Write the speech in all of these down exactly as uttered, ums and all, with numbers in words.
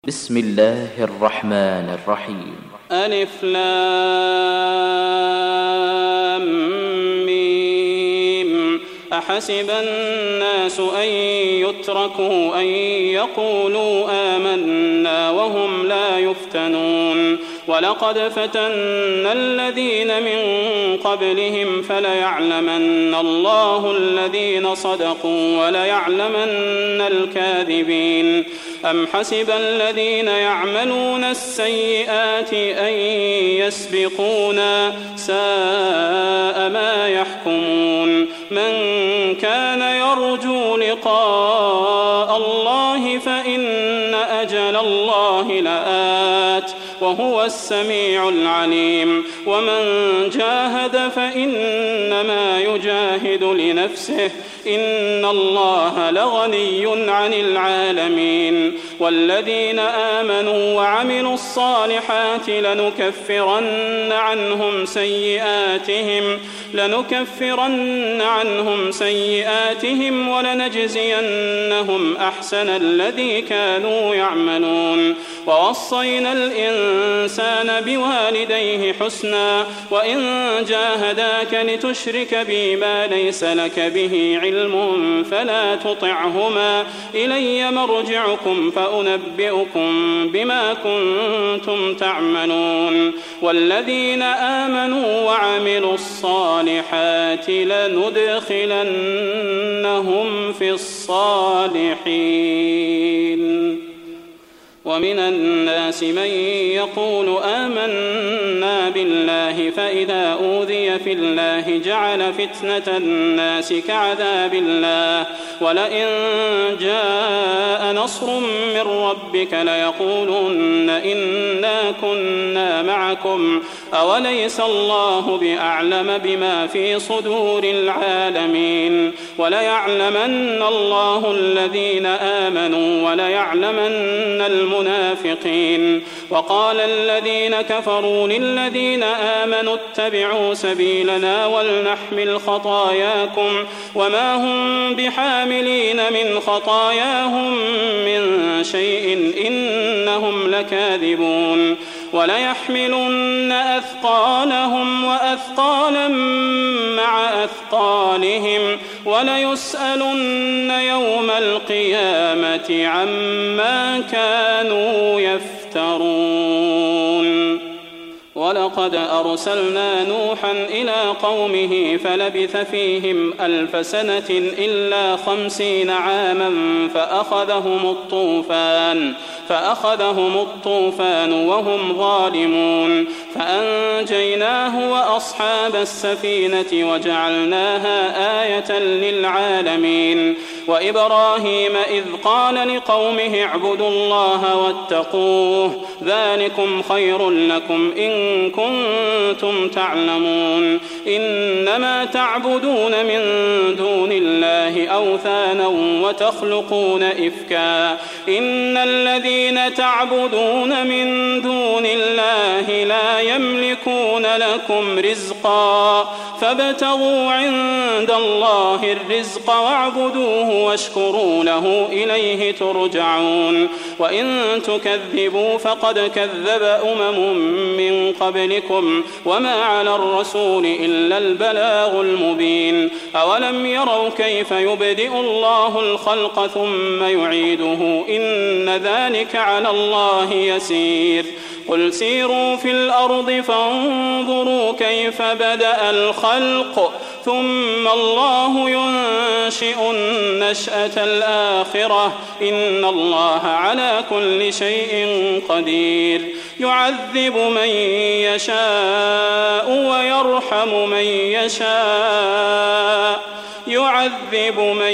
بسم الله الرحمن الرحيم. ألف لام ميم. أحسب الناس أن يتركوا أن يقولوا آمنا وهم لا يفتنون ولقد فتنا الذين من قبلهم فليعلمن الله الذين صدقوا وليعلمن الكاذبين. أم حسب الذين يعملون السيئات أن يسبقونا ساء ما يحكمون. من كان يرجو لقاء الله فإن أجل الله لآت وهو السميع العليم. ومن جاهد فإنما يجاهد لنفسه إن الله لغني عن العالمين. والذين آمنوا وعملوا الصالحات لنكفرن عنهم سيئاتهم لنكفرن عنهم سيئاتهم ولنجزينهم أحسن الذي كانوا يعملون. ووصينا الإنسان بوالديه حسنا وإن جاهداك لتشرك بي ما ليس لك به علم فلا تطعهما إلي مرجعكم فأنبئكم بما كنتم تعملون. والذين آمنوا وعملوا الصالحات لندخلنهم في الصالحين. ومن الناس من يقول آمنا بالله فإذا أوذي في الله جعل فتنة الناس كعذاب الله ولئن جاء نصر من ربك ليقولن إنا كنا معكم أوليس الله بأعلم بما في صدور العالمين. وليعلمن الله الذين آمنوا وليعلمن المنافقين. وقال الذين كفروا للذين آمنوا اتبعوا سبيلنا ولنحمل خطاياكم وما هم بحاملين من خطاياهم من شيء إنهم لكاذبون. وليحملن أثقالهم وأثقالا مع أثقالهم وليسألن يوم القيامة عما كانوا يفترون. ولقد أرسلنا نوحا إلى قومه فلبث فيهم ألف سنة إلا خمسين عاما فأخذهم الطوفان فأخذهم الطوفان وهم ظالمون فأنجيناه وأصحاب السفينة وجعلناها آية للعالمين. وإبراهيم إذ قال لقومه اعبدوا الله واتقوه ذلكم خير لكم إن كنتم تعلمون. إنما تعبدون من دون الله أوثانا وتخلقون إفكا إن الذين تعبدون من دون الله لا يملكون لكم رزقا فابتغوا عند الله الرزق واعبدوه واشكروا له إليه ترجعون. وإن تكذبوا فقد كذب أمم من قبلكم وما على الرسول إلا البلاغ المبين. أولم يروا كيف يبدئ الله الخلق ثم يعيده إن ذلك على الله يسير. قل سيروا في الأرض فانظروا كيف بدأ الخلق ثم الله ينشئ النشأة الآخرة إن الله على كل شيء قدير. يعذب من يشاء ويرحم من يشاء يعذب من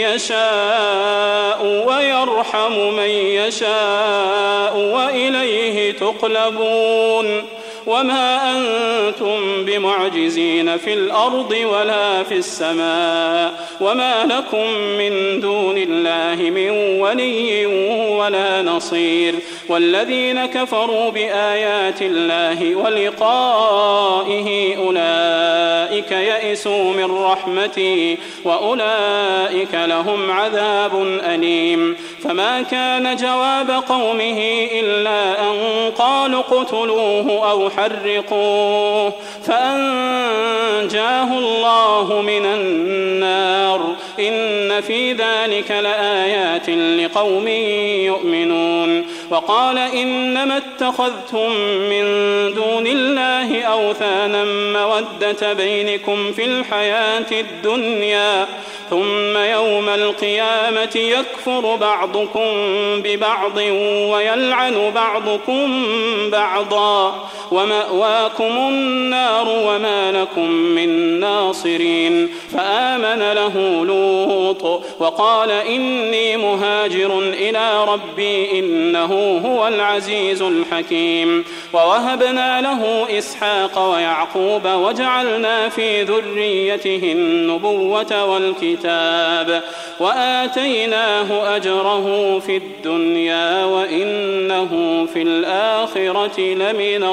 يشاء ويرحم من يشاء وإليه تقلبون. وما أنتم بمعجزين في الأرض ولا في السماء وما لكم من دون الله من ولي ولا نصير. والذين كفروا بآيات الله ولقائه أولئك يئسوا من رحمتي وأولئك لهم عذاب أليم. فما كان جواب قومه إلا أن قالوا اقتلوه أو حرقوه فأنجاه الله من النار. إن في ذلك لآيات لقوم يؤمنون. وقال إنما اتخذتم من دون الله أوثانا مودة بينكم في الحياة الدنيا ثم يوم القيامة يكفر بعضكم ببعض ويلعن بعضكم بعضا ومأواكم النار وما لكم من ناصرين. فآمن له لوط وقال إني مهاجر إلى ربي إنه هو العزيز الحكيم. ووهبنا له إسحاق ويعقوب وجعلنا في ذريته النبوة والكتاب وآتيناه أجره في الدنيا وإنه في الآخرة لمن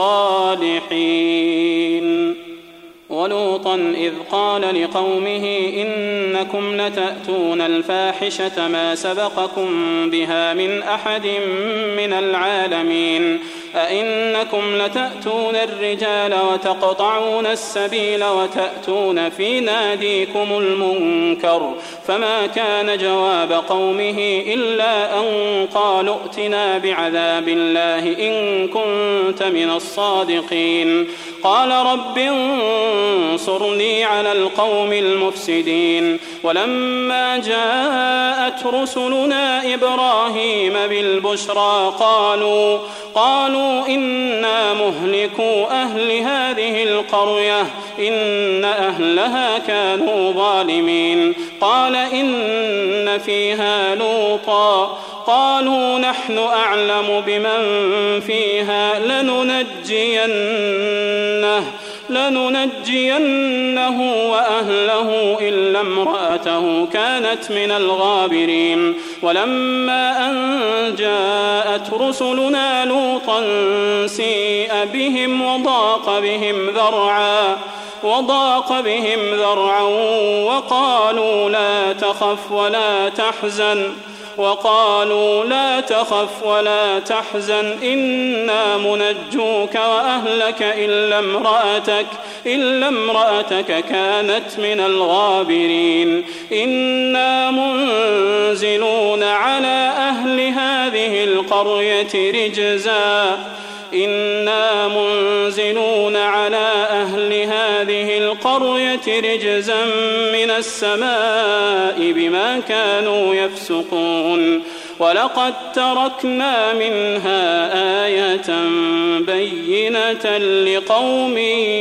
الصالحين. ولوطا إذ قال لقومه إنكم لتأتون الفاحشة ما سبقكم بها من أحد من العالمين. أئنكم لتأتون الرجال وتقطعون السبيل وتأتون في ناديكم المنكر. فما كان جواب قومه إلا أن قالوا ائتنا بعذاب الله إن كنت من الصادقين. قال رب انصرني على القوم المفسدين. ولما جاءت رسلنا إبراهيم بالبشرى قالوا قالوا إنا مهلكو أهل هذه القرية إن أهلها كانوا ظالمين. قال إن فيها لوطا قالوا نحن أعلم بمن فيها لننجينه لننجينه وأهله إلا امرأته كانت من الغابرين. ولما أن جاءت رسلنا لوطا سيء بهم وضاق بهم ذرعا وضاق بهم ذرعا وقالوا لا تخف ولا تحزن وقالوا لا تخف ولا تحزن إنا منجوك وأهلك إلا امرأتك إلا امرأتك كانت من الغابرين. إنا منزلون على أهل هذه القرية رجزا إنا منزلون على أهل هذه القرية رجزا من السماء بما كانوا يفسقون. ولقد تركنا منها آية بينة لقوم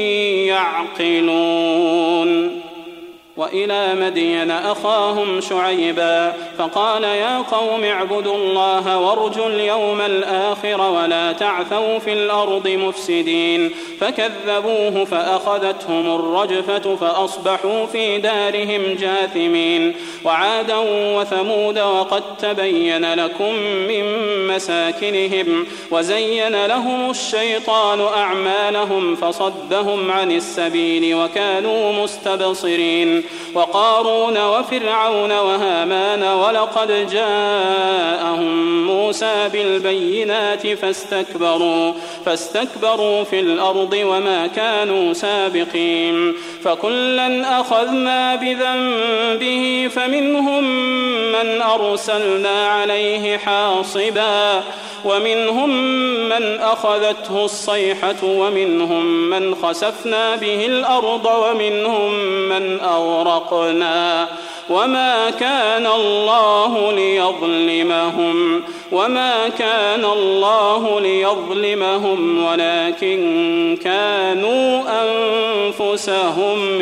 يعقلون. وإلى مدين أخاهم شعيبا فقال يا قوم اعبدوا الله وارجوا اليوم الآخر ولا تعثوا في الأرض مفسدين. فكذبوه فأخذتهم الرجفة فأصبحوا في دارهم جاثمين. وعادا وثمود وقد تبين لكم من مساكنهم وزين لهم الشيطان أعمالهم فصدهم عن السبيل وكانوا مستبصرين. وقارون وفرعون وهامان ولقد جاءهم موسى بالبينات فاستكبروا فاستكبروا في الأرض وما كانوا سابقين. فكلا أخذنا بذنبه فمنهم من أرسلنا عليه حاصبا ومنهم من أخذته الصيحة ومنهم من خسفنا به الأرض ومنهم من أغرقنا. وما كان الله ليظلمهم وما كان الله ليظلمهم ولكن كانوا أنفسهم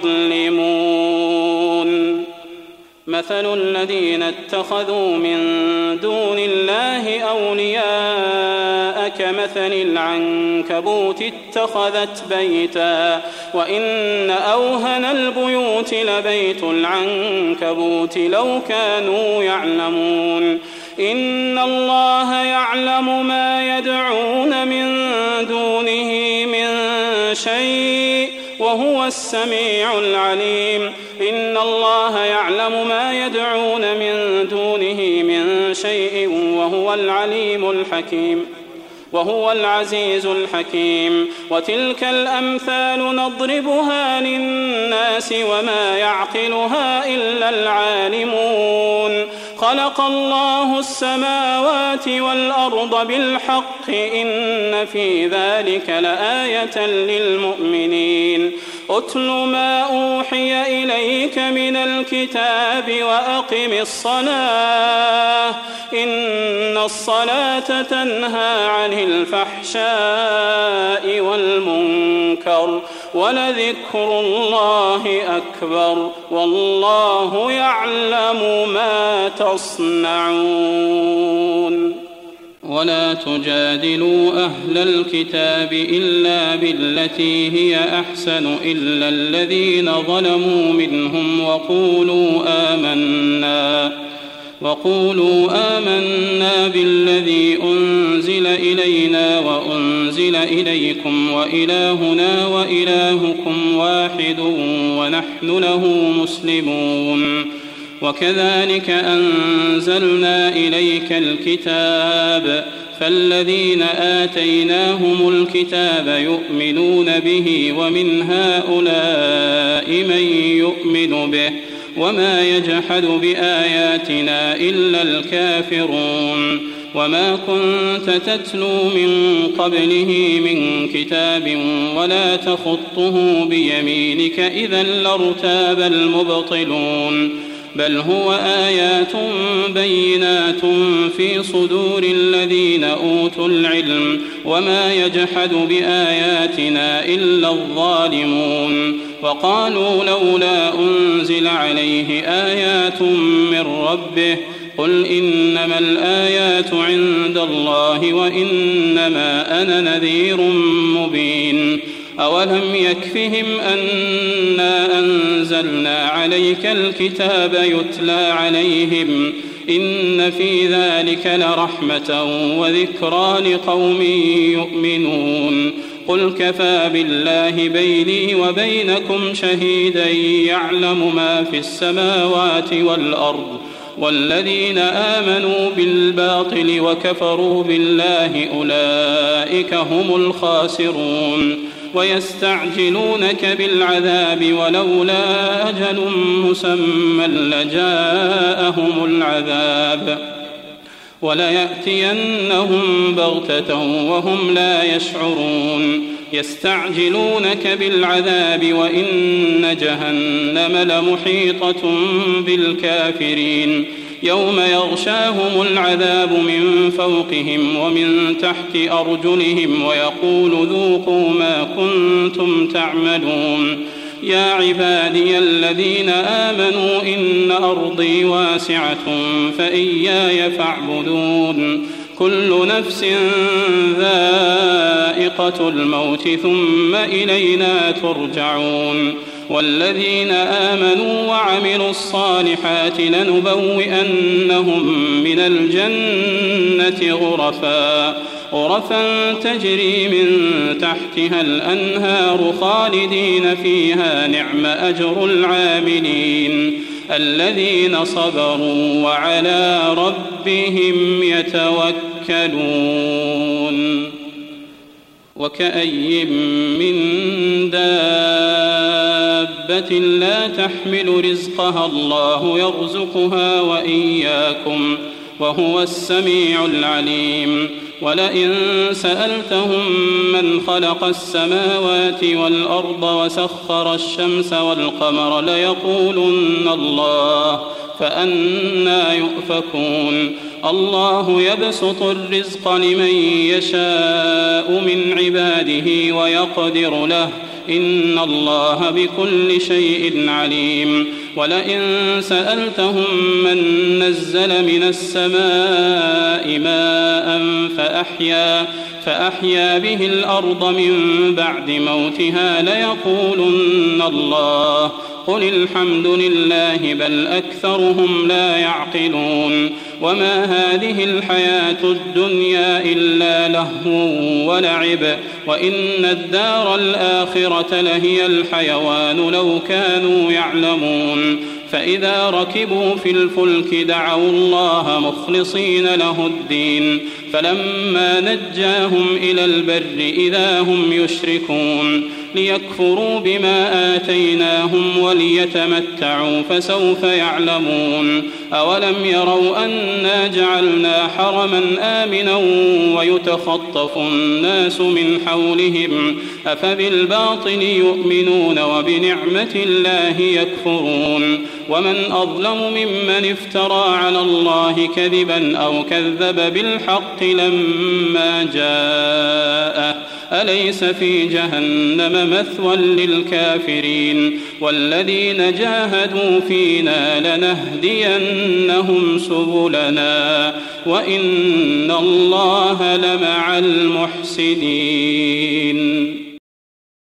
يظلمون. مثل الذين اتخذوا من دون الله أولياء كمثل العنكبوت اتخذت بيتا وإن أوهن البيوت لبيت العنكبوت لو كانوا يعلمون إن الله يعلم ما يدعون من دونه من شيء وهو السميع العليم إن الله يعلم ما يدعون من دونه من شيء وهو العليم الحكيم وهو العزيز الحكيم وتلك الأمثال نضربها للناس وما يعقلها إلا العالمون خلق الله السماوات والأرض بالحق إن في ذلك لآية للمؤمنين أتل ما أوحي إليك من الكتاب وأقم الصلاة إن الصلاة تنهى عن الفحشاء والمنكر ولذكر الله أكبر والله يعلم ما تصنعون ولا تجادلوا أهل الكتاب إلا بالتي هي أحسن إلا الذين ظلموا منهم وقولوا آمنا وقولوا آمنا بالذي أنزل إلينا وأنزل إليكم وإلهنا وإلهكم واحد ونحن له مسلمون وكذلك أنزلنا إليك الكتاب فالذين آتيناهم الكتاب يؤمنون به ومن هؤلاء من يؤمن به وما يجحد بآياتنا إلا الكافرون وما كنت تتلو من قبله من كتاب ولا تخطه بيمينك إذا لارتاب المبطلون بل هو آيات بينات في صدور الذين أوتوا العلم وما يجحد بآياتنا إلا الظالمون وقالوا لولا أنزل عليه آيات من ربه قل إنما الآيات عند الله وإنما أنا نذير مبين أولم يكفهم أنا أنزلنا عليك الكتاب يتلى عليهم إن في ذلك لرحمة وذكرى لقوم يؤمنون قل كفى بالله بيني وبينكم شهيدا يعلم ما في السماوات والأرض والذين آمنوا بالباطل وكفروا بالله أولئك هم الخاسرون ويستعجلونك بالعذاب ولولا أجل مسمى لجاءهم العذاب وليأتينهم بغتة وهم لا يشعرون يستعجلونك بالعذاب وإن جهنم لمحيطة بالكافرين يوم يغشاهم العذاب من فوقهم ومن تحت أرجلهم ويقول ذوقوا ما كنتم تعملون يا عبادي الذين آمنوا إن أرضي واسعة فإياي فاعبدون كل نفس ذائقة الموت ثم إلينا ترجعون والذين آمنوا وعملوا الصالحات لنبوئنهم من الجنة غرفا غرفا تجري من تحتها الأنهار خالدين فيها نعم أجر العاملين الذين صبروا وعلى ربهم يتوكلون وكأي من دابة لا تحمل رزقها الله يرزقها وإياكم وهو السميع العليم ولئن سألتهم من خلق السماوات والأرض وسخر الشمس والقمر ليقولن الله فأنى يؤفكون الله يبسط الرزق لمن يشاء من عباده ويقدر له إن الله بكل شيء عليم ولئن سألتهم من نزل من السماء ماء فأحيا فأحيا به الأرض من بعد موتها ليقولن الله قل الحمد لله بل أكثرهم لا يعقلون وما هذه الحياة الدنيا إلا لهو ولعب وإن الدار الآخرة لهي الحيوان لو كانوا يعلمون فإذا ركبوا في الفلك دعوا الله مخلصين له الدين فلما نجاهم إلى البر إذا هم يشركون ليكفروا بما آتيناهم وليتمتعوا فسوف يعلمون أولم يروا أنا جعلنا حرما آمنا ويتخطف الناس من حولهم أفبالباطل يؤمنون وبنعمة الله يكفرون ومن أظلم ممن افترى على الله كذبا أو كذب بالحق لما جاءه أليس في جهنم مثوى للكافرين والذين جاهدوا فينا لنهدينهم سبلنا وإن الله لمع المحسنين.